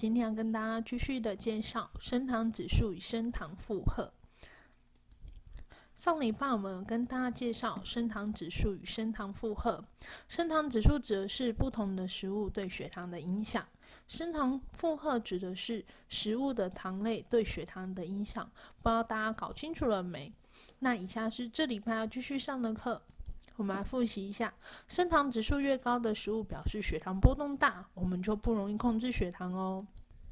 今天要跟大家继续的介绍升糖指数与升糖负荷。上礼拜我们跟大家介绍升糖指数与升糖负荷。升糖指数指的是不同的食物对血糖的影响，升糖负荷指的是食物的糖类对血糖的影响。不知道大家搞清楚了没？那以下是这礼拜要继续上的课。我们来复习一下，升糖指数越高的食物表示血糖波动大，我们就不容易控制血糖哦。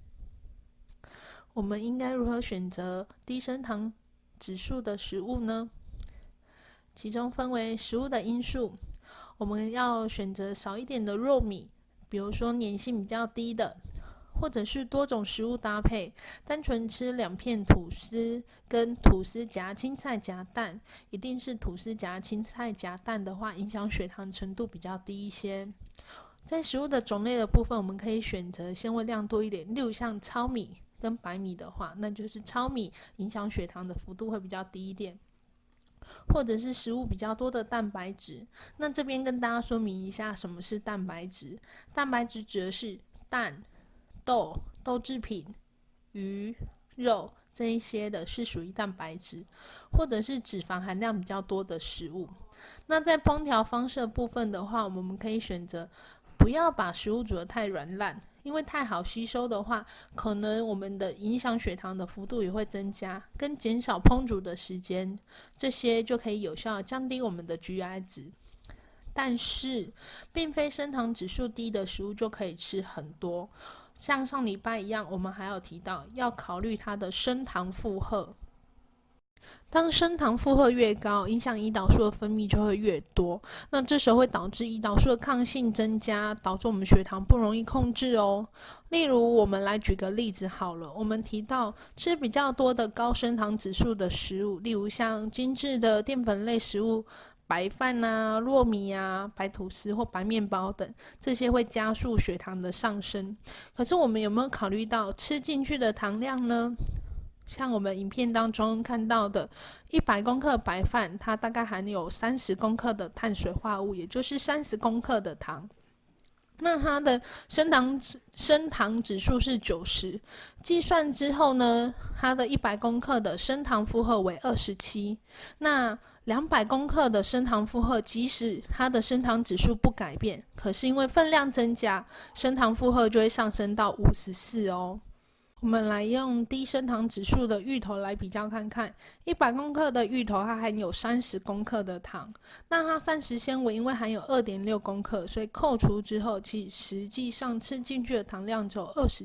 我们应该如何选择低升糖指数的食物呢？其中分为食物的因素，我们要选择少一点的糯米，比如说粘性比较低的，或者是多种食物搭配，单纯吃2片吐司跟吐司夹青菜夹蛋，一定是吐司夹青菜夹蛋的话，影响血糖程度比较低一些。在食物的种类的部分，我们可以选择纤维量多一点，例如像糙米跟白米的话，那就是糙米影响血糖的幅度会比较低一点，或者是食物比较多的蛋白质。那这边跟大家说明一下什么是蛋白质。蛋白质指的是蛋、豆制品、鱼、肉这一些的是属于蛋白质，或者是脂肪含量比较多的食物。那在烹调方式的部分的话，我们可以选择不要把食物煮得太软烂，因为太好吸收的话，可能我们的影响血糖的幅度也会增加，跟减少烹煮的时间，这些就可以有效地降低我们的 GI 值。但是并非升糖指数低的食物就可以吃很多，像上礼拜一样，我们还有提到要考虑它的升糖负荷。当升糖负荷越高，影响胰岛素的分泌就会越多，那这时候会导致胰岛素的抗性增加，导致我们血糖不容易控制哦。例如我们来举个例子好了，我们提到吃比较多的高升糖指数的食物，例如像精致的淀粉类食物，白饭啊、糯米啊、白吐司或白面包等，这些会加速血糖的上升。可是我们有没有考虑到吃进去的糖量呢？像我们影片当中看到的100公克白饭，它大概含有30公克的碳水化合物，也就是30公克的糖。那它的升糖指数是90，计算之后呢，它的100公克的升糖负荷为27。那200公克的升糖负荷，即使它的升糖指数不改变，可是因为分量增加，升糖负荷就会上升到54哦。我们来用低升糖指数的芋头来比较看看，100公克的芋头它含有30公克的糖，那它膳食纤维因为含有2.6公克，所以扣除之后，其实际上吃进去的糖量只有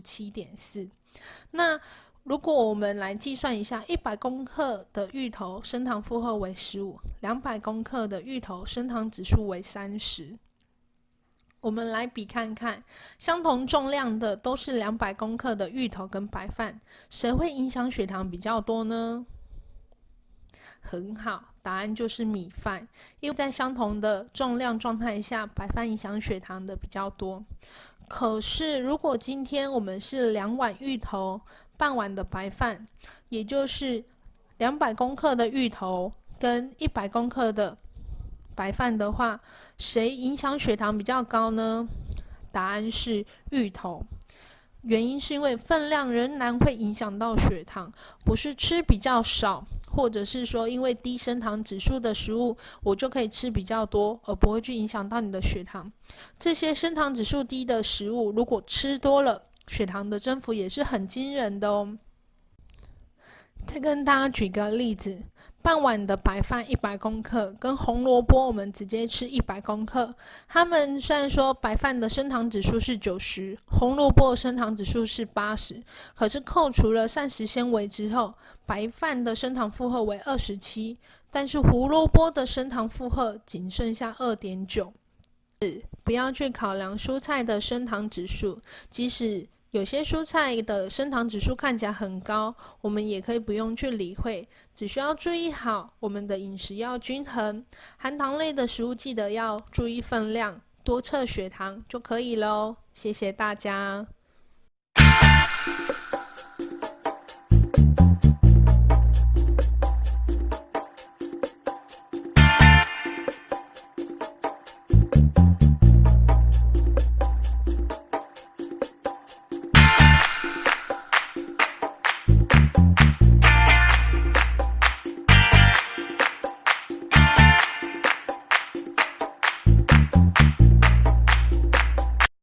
27.4。那如果我们来计算一下，100公克的芋头升糖负荷为15，200公克的芋头升糖指数为30。我们来比看看，相同重量的都是200公克的芋头跟白饭，谁会影响血糖比较多呢？很好，答案就是米饭，因为在相同的重量状态下，白饭影响血糖的比较多。可是如果今天我们是2碗芋头、半碗的白饭，也就是200公克的芋头跟100公克的白饭的话，谁影响血糖比较高呢？答案是芋头。原因是因为分量仍然会影响到血糖，不是吃比较少，或者是说因为低升糖指数的食物我就可以吃比较多，而不会去影响到你的血糖。这些升糖指数低的食物如果吃多了，血糖的增幅也是很惊人的哦。再跟大家举个例子，半碗的白饭100公克，跟红萝卜我们直接吃100公克，它们虽然说白饭的升糖指数是90，红萝卜的升糖指数是80，可是扣除了膳食纤维之后，白饭的升糖负荷为27，但是胡萝卜的升糖负荷仅剩下2.9。不要去考量蔬菜的升糖指数，即使有些蔬菜的升糖指数看起来很高，我们也可以不用去理会，只需要注意好我们的饮食要均衡，含糖类的食物记得要注意分量，多测血糖就可以了哦。谢谢大家。